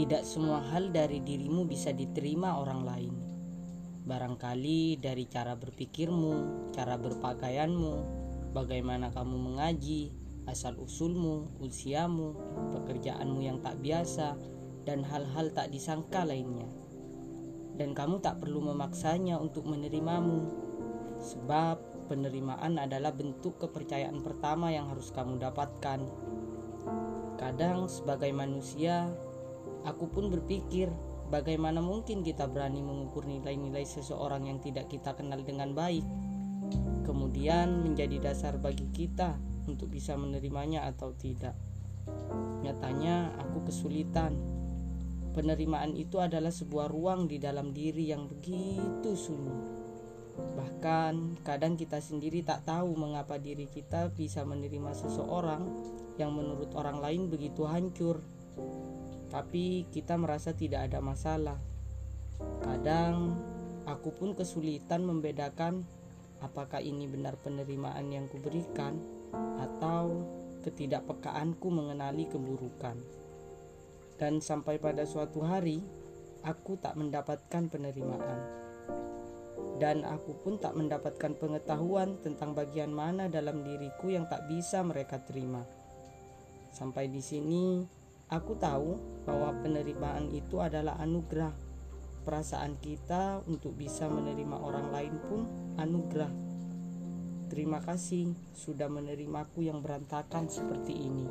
Tidak semua hal dari dirimu bisa diterima orang lain. Barangkali dari cara berpikirmu, cara berpakaianmu, bagaimana kamu mengaji, asal-usulmu, usiamu, pekerjaanmu yang tak biasa, dan hal-hal tak disangka lainnya. Dan kamu tak perlu memaksanya untuk menerimamu, sebab penerimaan adalah bentuk kepercayaan pertama yang harus kamu dapatkan. Kadang sebagai manusia, aku pun berpikir, bagaimana mungkin kita berani mengukur nilai-nilai seseorang yang tidak kita kenal dengan baik, kemudian menjadi dasar bagi kita untuk bisa menerimanya atau tidak. Nyatanya aku kesulitan. Penerimaan itu adalah sebuah ruang di dalam diri yang begitu sunyi. Bahkan kadang kita sendiri tak tahu mengapa diri kita bisa menerima seseorang yang menurut orang lain begitu hancur. Tapi kita merasa tidak ada masalah. Kadang aku pun kesulitan membedakan apakah ini benar penerimaan yang kuberikan atau ketidakpekaanku mengenali keburukan. Dan sampai pada suatu hari aku tak mendapatkan penerimaan. Dan aku pun tak mendapatkan pengetahuan tentang bagian mana dalam diriku yang tak bisa mereka terima. Sampai di sini aku tahu bahwa penerimaan itu adalah anugerah. Perasaan kita untuk bisa menerima orang lain pun anugerah. Terima kasih sudah menerimaku yang berantakan seperti ini.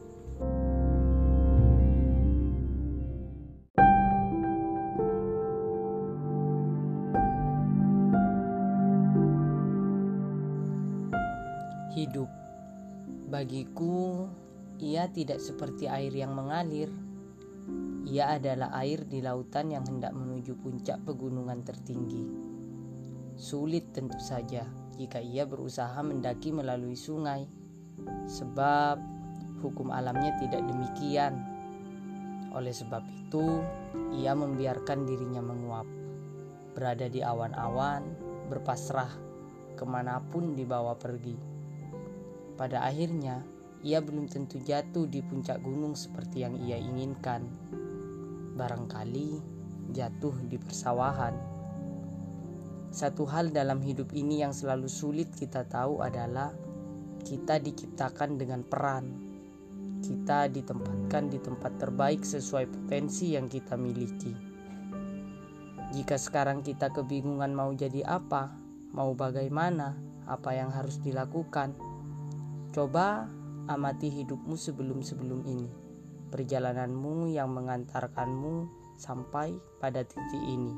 Hidup bagiku, ia tidak seperti air yang mengalir. Ia adalah air di lautan yang hendak menuju puncak pegunungan tertinggi. Sulit tentu saja jika ia berusaha mendaki melalui sungai, sebab hukum alamnya tidak demikian. Oleh sebab itu, ia membiarkan dirinya menguap, berada di awan-awan, berpasrah kemanapun dibawa pergi. Pada akhirnya, ia belum tentu jatuh di puncak gunung seperti yang ia inginkan. Barangkali jatuh di persawahan. Satu hal dalam hidup ini yang selalu sulit kita tahu adalah kita diciptakan dengan peran. Kita ditempatkan di tempat terbaik sesuai potensi yang kita miliki. Jika sekarang kita kebingungan mau jadi apa, mau bagaimana, apa yang harus dilakukan, coba amati hidupmu sebelum ini, perjalananmu yang mengantarkanmu sampai pada titik ini.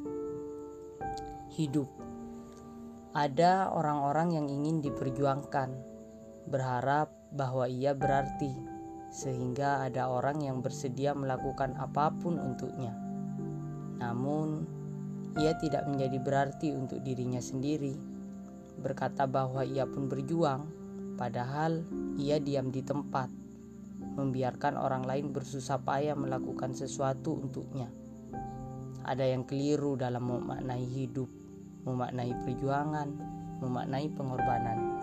Hidup. Ada orang-orang yang ingin diperjuangkan, berharap bahwa ia berarti, sehingga ada orang yang bersedia melakukan apapun untuknya. Namun, ia tidak menjadi berarti untuk dirinya sendiri, berkata bahwa ia pun berjuang, padahal ia diam di tempat, membiarkan orang lain bersusah payah melakukan sesuatu untuknya. Ada yang keliru dalam memaknai hidup, memaknai perjuangan, memaknai pengorbanan.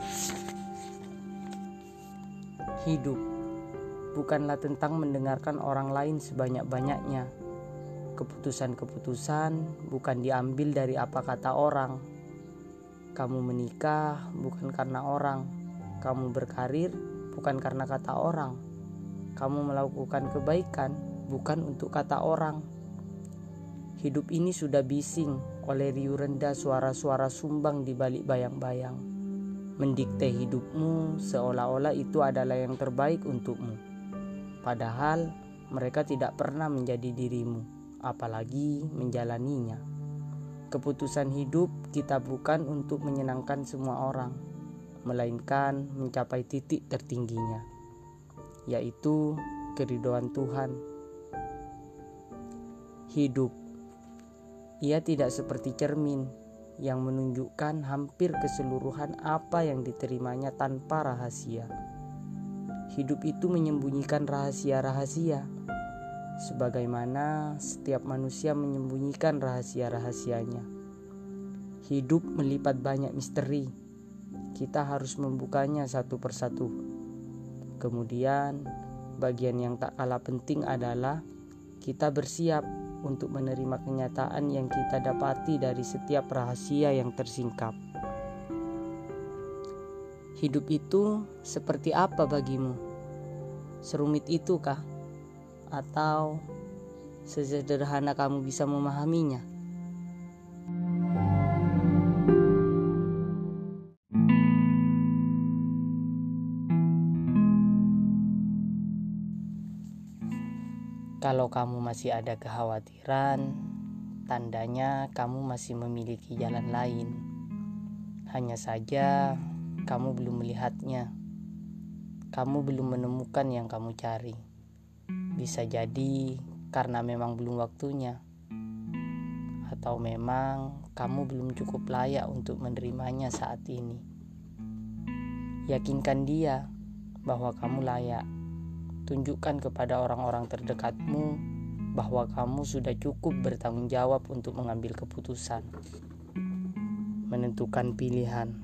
Hidup bukanlah tentang mendengarkan orang lain sebanyak-banyaknya. Keputusan-keputusan bukan diambil dari apa kata orang. Kamu menikah bukan karena orang. Kamu berkarir bukan karena kata orang. Kamu melakukan kebaikan bukan untuk kata orang. Hidup ini sudah bising oleh riuh rendah suara-suara sumbang di balik bayang-bayang, mendikte hidupmu seolah-olah itu adalah yang terbaik untukmu. Padahal mereka tidak pernah menjadi dirimu, apalagi menjalaninya. Keputusan hidup kita bukan untuk menyenangkan semua orang, melainkan mencapai titik tertingginya, yaitu keridhaan Tuhan. Hidup, ia tidak seperti cermin yang menunjukkan hampir keseluruhan apa yang diterimanya tanpa rahasia. Hidup itu menyembunyikan rahasia-rahasia, sebagaimana setiap manusia menyembunyikan rahasia-rahasianya. Hidup melipat banyak misteri. Kita harus membukanya satu persatu. Kemudian, bagian yang tak kalah penting adalah kita bersiap untuk menerima kenyataan yang kita dapati dari setiap rahasia yang tersingkap. Hidup itu seperti apa bagimu? Serumit itu kah? Atau sesederhana kamu bisa memahaminya? Kalau kamu masih ada kekhawatiran, tandanya kamu masih memiliki jalan lain. Hanya saja kamu belum melihatnya. Kamu belum menemukan yang kamu cari. Bisa jadi karena memang belum waktunya. Atau memang kamu belum cukup layak untuk menerimanya saat ini. Yakinkan dia bahwa kamu layak. Tunjukkan kepada orang-orang terdekatmu bahwa kamu sudah cukup bertanggung jawab untuk mengambil keputusan, menentukan pilihan.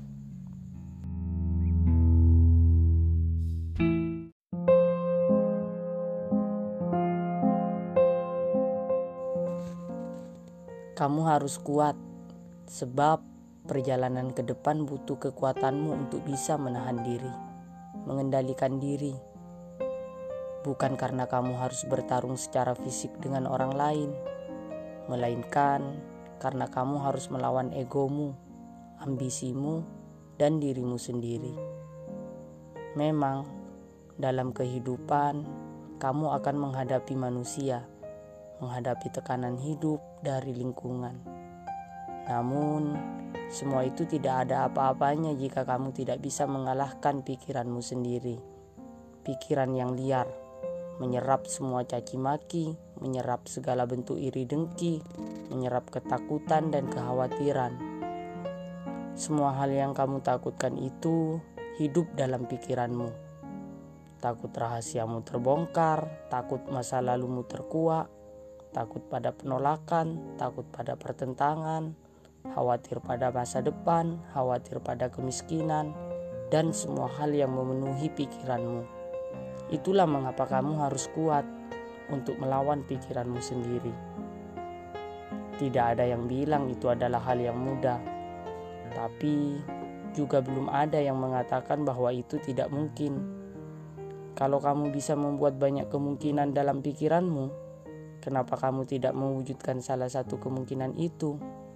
Kamu harus kuat, sebab perjalanan ke depan butuh kekuatanmu untuk bisa menahan diri, mengendalikan diri. Bukan karena kamu harus bertarung secara fisik dengan orang lain, melainkan karena kamu harus melawan egomu, ambisimu, dan dirimu sendiri. Memang, dalam kehidupan, kamu akan menghadapi manusia, menghadapi tekanan hidup dari lingkungan. Namun, semua itu tidak ada apa-apanya jika kamu tidak bisa mengalahkan pikiranmu sendiri. Pikiran yang liar, menyerap semua caci maki, menyerap segala bentuk iri dengki, menyerap ketakutan dan kekhawatiran. Semua hal yang kamu takutkan itu hidup dalam pikiranmu. Takut rahasiamu terbongkar, takut masa lalumu terkuak, takut pada penolakan, takut pada pertentangan, khawatir pada masa depan, khawatir pada kemiskinan, dan semua hal yang memenuhi pikiranmu. Itulah mengapa kamu harus kuat untuk melawan pikiranmu sendiri. Tidak ada yang bilang itu adalah hal yang mudah, tapi juga belum ada yang mengatakan bahwa itu tidak mungkin. Kalau kamu bisa membuat banyak kemungkinan dalam pikiranmu, kenapa kamu tidak mewujudkan salah satu kemungkinan itu?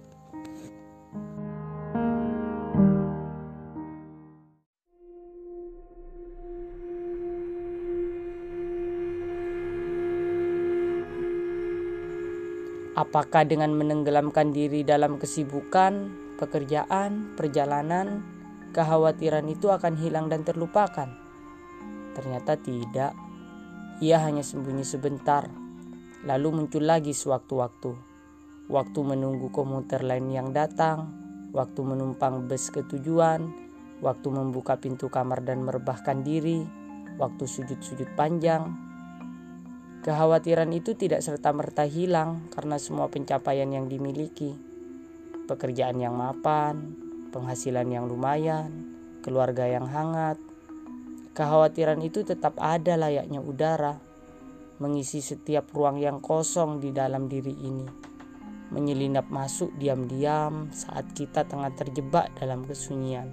Apakah dengan menenggelamkan diri dalam kesibukan, pekerjaan, perjalanan, kekhawatiran itu akan hilang dan terlupakan? Ternyata tidak. Ia hanya sembunyi sebentar, lalu muncul lagi sewaktu-waktu. Waktu menunggu komuter lain yang datang, waktu menumpang bus ke tujuan, waktu membuka pintu kamar dan merebahkan diri, waktu sujud-sujud panjang. Kekhawatiran itu tidak serta-merta hilang karena semua pencapaian yang dimiliki. Pekerjaan yang mapan, penghasilan yang lumayan, keluarga yang hangat. Kekhawatiran itu tetap ada layaknya udara, mengisi setiap ruang yang kosong di dalam diri ini. Menyelinap masuk diam-diam saat kita tengah terjebak dalam kesunyian.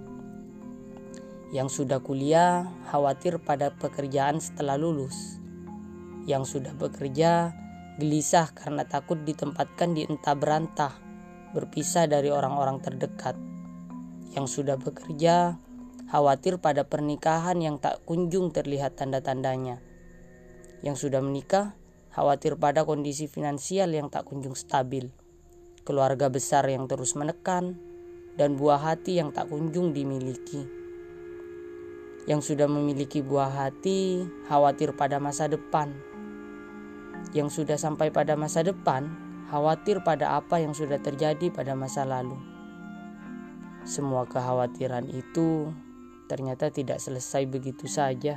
Yang sudah kuliah khawatir pada pekerjaan setelah lulus. Yang sudah bekerja gelisah karena takut ditempatkan di entah berantah, berpisah dari orang-orang terdekat. Yang sudah bekerja khawatir pada pernikahan yang tak kunjung terlihat tanda-tandanya. Yang sudah menikah khawatir pada kondisi finansial yang tak kunjung stabil, keluarga besar yang terus menekan, dan buah hati yang tak kunjung dimiliki. Yang sudah memiliki buah hati khawatir pada masa depan. Yang sudah sampai pada masa depan khawatir pada apa yang sudah terjadi pada masa lalu. Semua kekhawatiran itu ternyata tidak selesai begitu saja.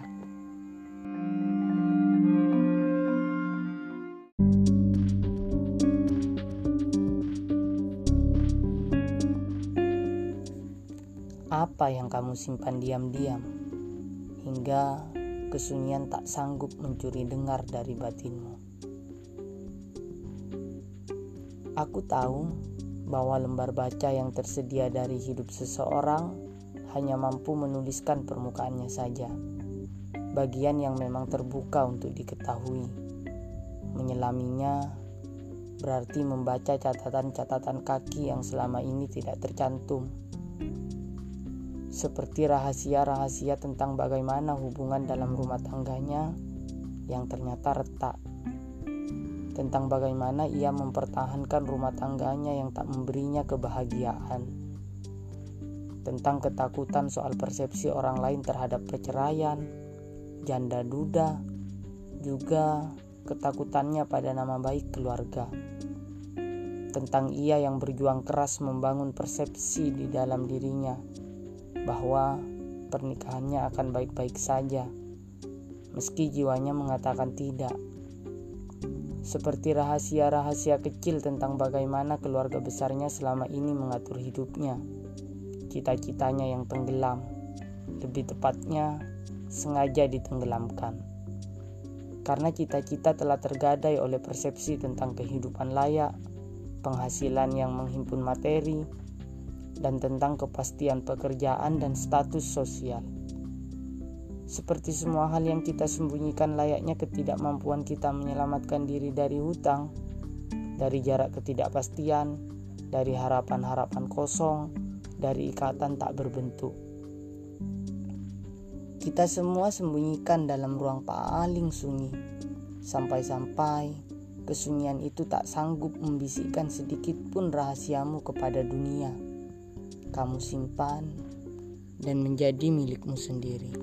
Apa yang kamu simpan diam-diam hingga kesunyian tak sanggup mencuri dengar dari batinmu? Aku tahu bahwa lembar baca yang tersedia dari hidup seseorang hanya mampu menuliskan permukaannya saja, bagian yang memang terbuka untuk diketahui. Menyelaminya berarti membaca catatan-catatan kaki yang selama ini tidak tercantum. Seperti rahasia-rahasia tentang bagaimana hubungan dalam rumah tangganya yang ternyata retak. Tentang bagaimana ia mempertahankan rumah tangganya yang tak memberinya kebahagiaan. Tentang ketakutan soal persepsi orang lain terhadap perceraian, janda duda, juga ketakutannya pada nama baik keluarga. Tentang ia yang berjuang keras membangun persepsi di dalam dirinya bahwa pernikahannya akan baik-baik saja, meski jiwanya mengatakan tidak. Seperti rahasia-rahasia kecil tentang bagaimana keluarga besarnya selama ini mengatur hidupnya, cita-citanya yang tenggelam, lebih tepatnya sengaja ditenggelamkan. Karena cita-cita telah tergadai oleh persepsi tentang kehidupan layak, penghasilan yang menghimpun materi, dan tentang kepastian pekerjaan dan status sosial. Seperti semua hal yang kita sembunyikan layaknya ketidakmampuan kita menyelamatkan diri dari hutang, dari jarak ketidakpastian, dari harapan-harapan kosong, dari ikatan tak berbentuk. Kita semua sembunyikan dalam ruang paling sunyi, sampai-sampai kesunyian itu tak sanggup membisikkan sedikit pun rahasiamu kepada dunia. Kamu simpan dan menjadi milikmu sendiri.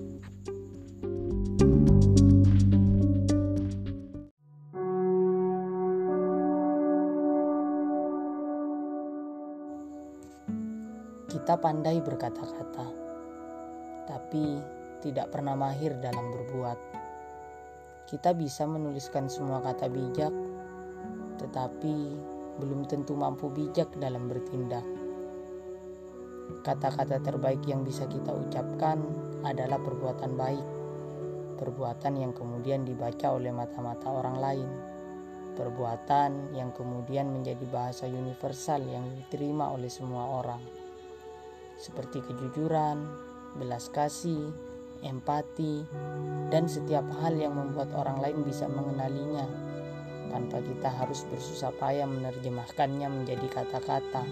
Kita pandai berkata-kata, tapi tidak pernah mahir dalam berbuat. Kita bisa menuliskan semua kata bijak, tetapi belum tentu mampu bijak dalam bertindak. Kata-kata terbaik yang bisa kita ucapkan adalah perbuatan baik, perbuatan yang kemudian dibaca oleh mata-mata orang lain, perbuatan yang kemudian menjadi bahasa universal yang diterima oleh semua orang, seperti kejujuran, belas kasih, empati, dan setiap hal yang membuat orang lain bisa mengenalinya tanpa kita harus bersusah payah menerjemahkannya menjadi kata-kata.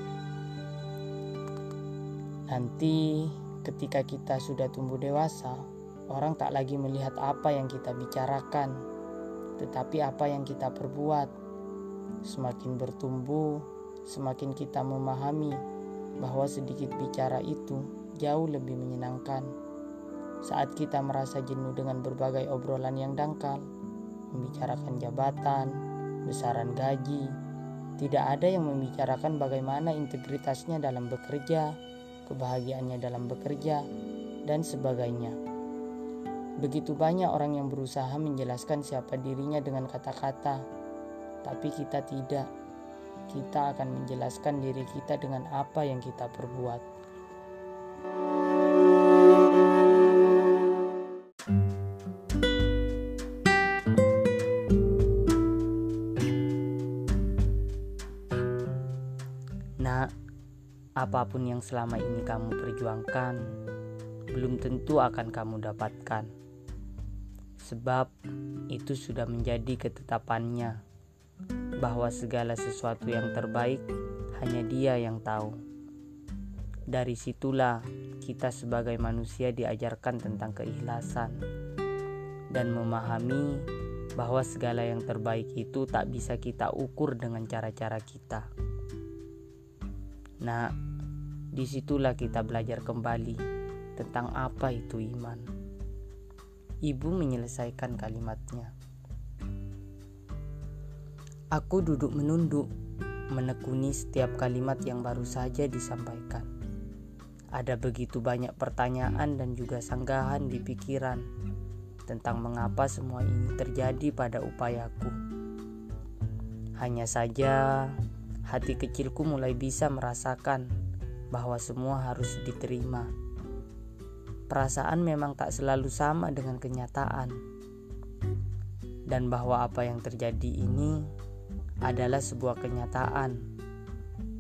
Nanti ketika kita sudah tumbuh dewasa, orang tak lagi melihat apa yang kita bicarakan, tetapi apa yang kita perbuat. Semakin bertumbuh, semakin kita memahami bahwa sedikit bicara itu jauh lebih menyenangkan. Saat kita merasa jenuh dengan berbagai obrolan yang dangkal, membicarakan jabatan, besaran gaji, tidak ada yang membicarakan bagaimana integritasnya dalam bekerja, kebahagiaannya dalam bekerja, dan sebagainya. Begitu banyak orang yang berusaha menjelaskan siapa dirinya dengan kata-kata, tapi kita tidak. Kita akan menjelaskan diri kita dengan apa yang kita perbuat. Nak, apapun yang selama ini kamu perjuangkan, belum tentu akan kamu dapatkan. Sebab itu sudah menjadi ketetapannya, bahwa segala sesuatu yang terbaik hanya Dia yang tahu. Dari situlah kita sebagai manusia diajarkan tentang keikhlasan dan memahami bahwa segala yang terbaik itu tak bisa kita ukur dengan cara-cara kita. Nah, disitulah kita belajar kembali tentang apa itu iman. Ibu menyelesaikan kalimatnya. Aku duduk menunduk, menekuni setiap kalimat yang baru saja disampaikan. Ada begitu banyak pertanyaan dan juga sanggahan di pikiran tentang mengapa semua ini terjadi pada upayaku. Hanya saja, hati kecilku mulai bisa merasakan bahwa semua harus diterima. Perasaan memang tak selalu sama dengan kenyataan. Dan bahwa apa yang terjadi ini adalah sebuah kenyataan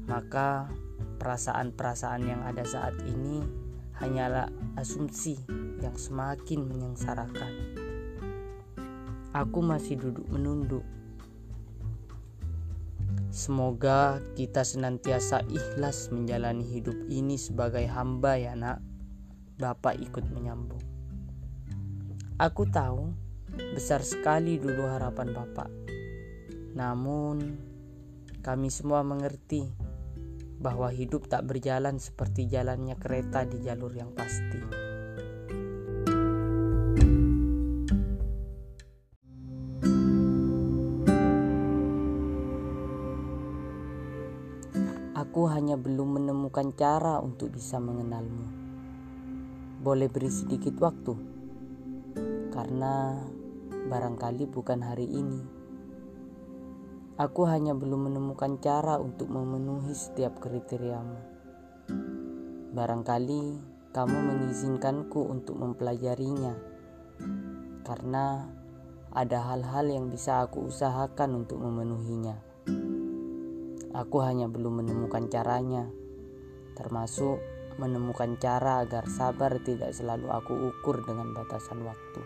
maka perasaan-perasaan yang ada saat ini hanyalah asumsi yang semakin menyengsarakan. Aku masih duduk menunduk. Semoga kita senantiasa ikhlas menjalani hidup ini sebagai hamba ya nak. Bapak ikut menyambung. Aku tahu besar sekali dulu harapan Bapak. Namun kami semua mengerti bahwa hidup tak berjalan seperti jalannya kereta di jalur yang pasti. Aku hanya belum menemukan cara untuk bisa mengenalmu. Boleh beri sedikit waktu, karena barangkali bukan hari ini. Aku hanya belum menemukan cara untuk memenuhi setiap kriteriamu. Barangkali kamu mengizinkanku untuk mempelajarinya, karena ada hal-hal yang bisa aku usahakan untuk memenuhinya. Aku hanya belum menemukan caranya, termasuk menemukan cara agar sabar tidak selalu aku ukur dengan batasan waktu.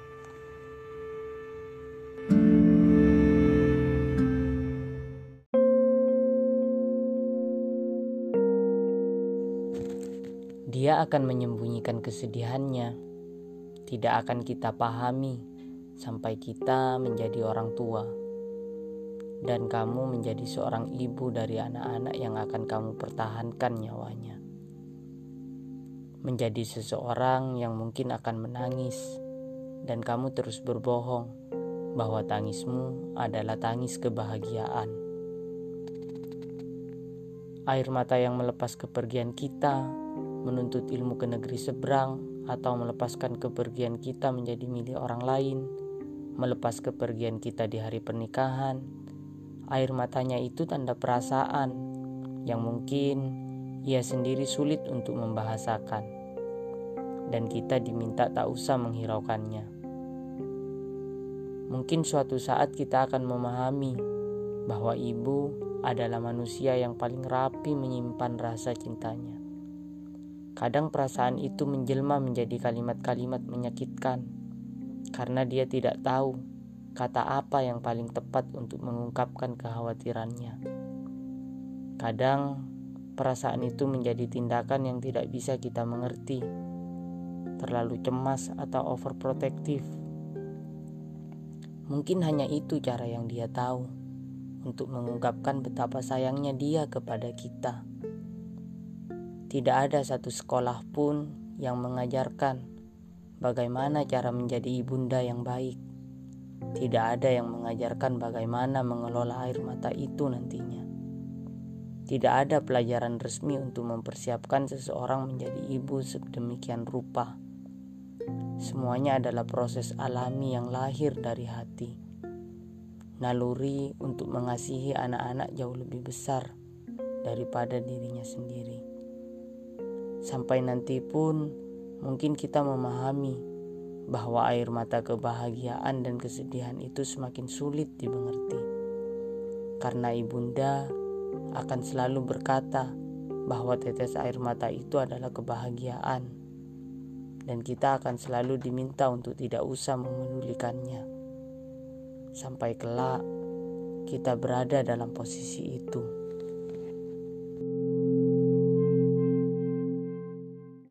Dia akan menyembunyikan kesedihannya. Tidak akan kita pahami sampai kita menjadi orang tua. Dan kamu menjadi seorang ibu dari anak-anak yang akan kamu pertahankan nyawanya. Menjadi seseorang yang mungkin akan menangis, dan kamu terus berbohong bahwa tangismu adalah tangis kebahagiaan. Air mata yang melepas kepergian kita, menuntut ilmu ke negeri seberang, atau melepaskan kepergian kita menjadi milik orang lain, melepas kepergian kita di hari pernikahan. Air matanya itu tanda perasaan yang mungkin ia sendiri sulit untuk membahasakan, dan kita diminta tak usah menghiraukannya. Mungkin suatu saat kita akan memahami bahwa ibu adalah manusia yang paling rapi menyimpan rasa cintanya. Kadang perasaan itu menjelma menjadi kalimat-kalimat menyakitkan, karena dia tidak tahu kata apa yang paling tepat untuk mengungkapkan kekhawatirannya. Kadang perasaan itu menjadi tindakan yang tidak bisa kita mengerti, terlalu cemas atau overprotective. Mungkin hanya itu cara yang dia tahu untuk mengungkapkan betapa sayangnya dia kepada kita. Tidak ada satu sekolah pun yang mengajarkan bagaimana cara menjadi ibunda yang baik. Tidak ada yang mengajarkan bagaimana mengelola air mata itu nantinya. Tidak ada pelajaran resmi untuk mempersiapkan seseorang menjadi ibu sedemikian rupa. Semuanya adalah proses alami yang lahir dari hati. Naluri untuk mengasihi anak-anak jauh lebih besar daripada dirinya sendiri. Sampai nanti pun mungkin kita memahami bahwa air mata kebahagiaan dan kesedihan itu semakin sulit dimengerti. Karena ibunda akan selalu berkata bahwa tetes air mata itu adalah kebahagiaan, dan kita akan selalu diminta untuk tidak usah memedulikannya. Sampai kelak kita berada dalam posisi itu.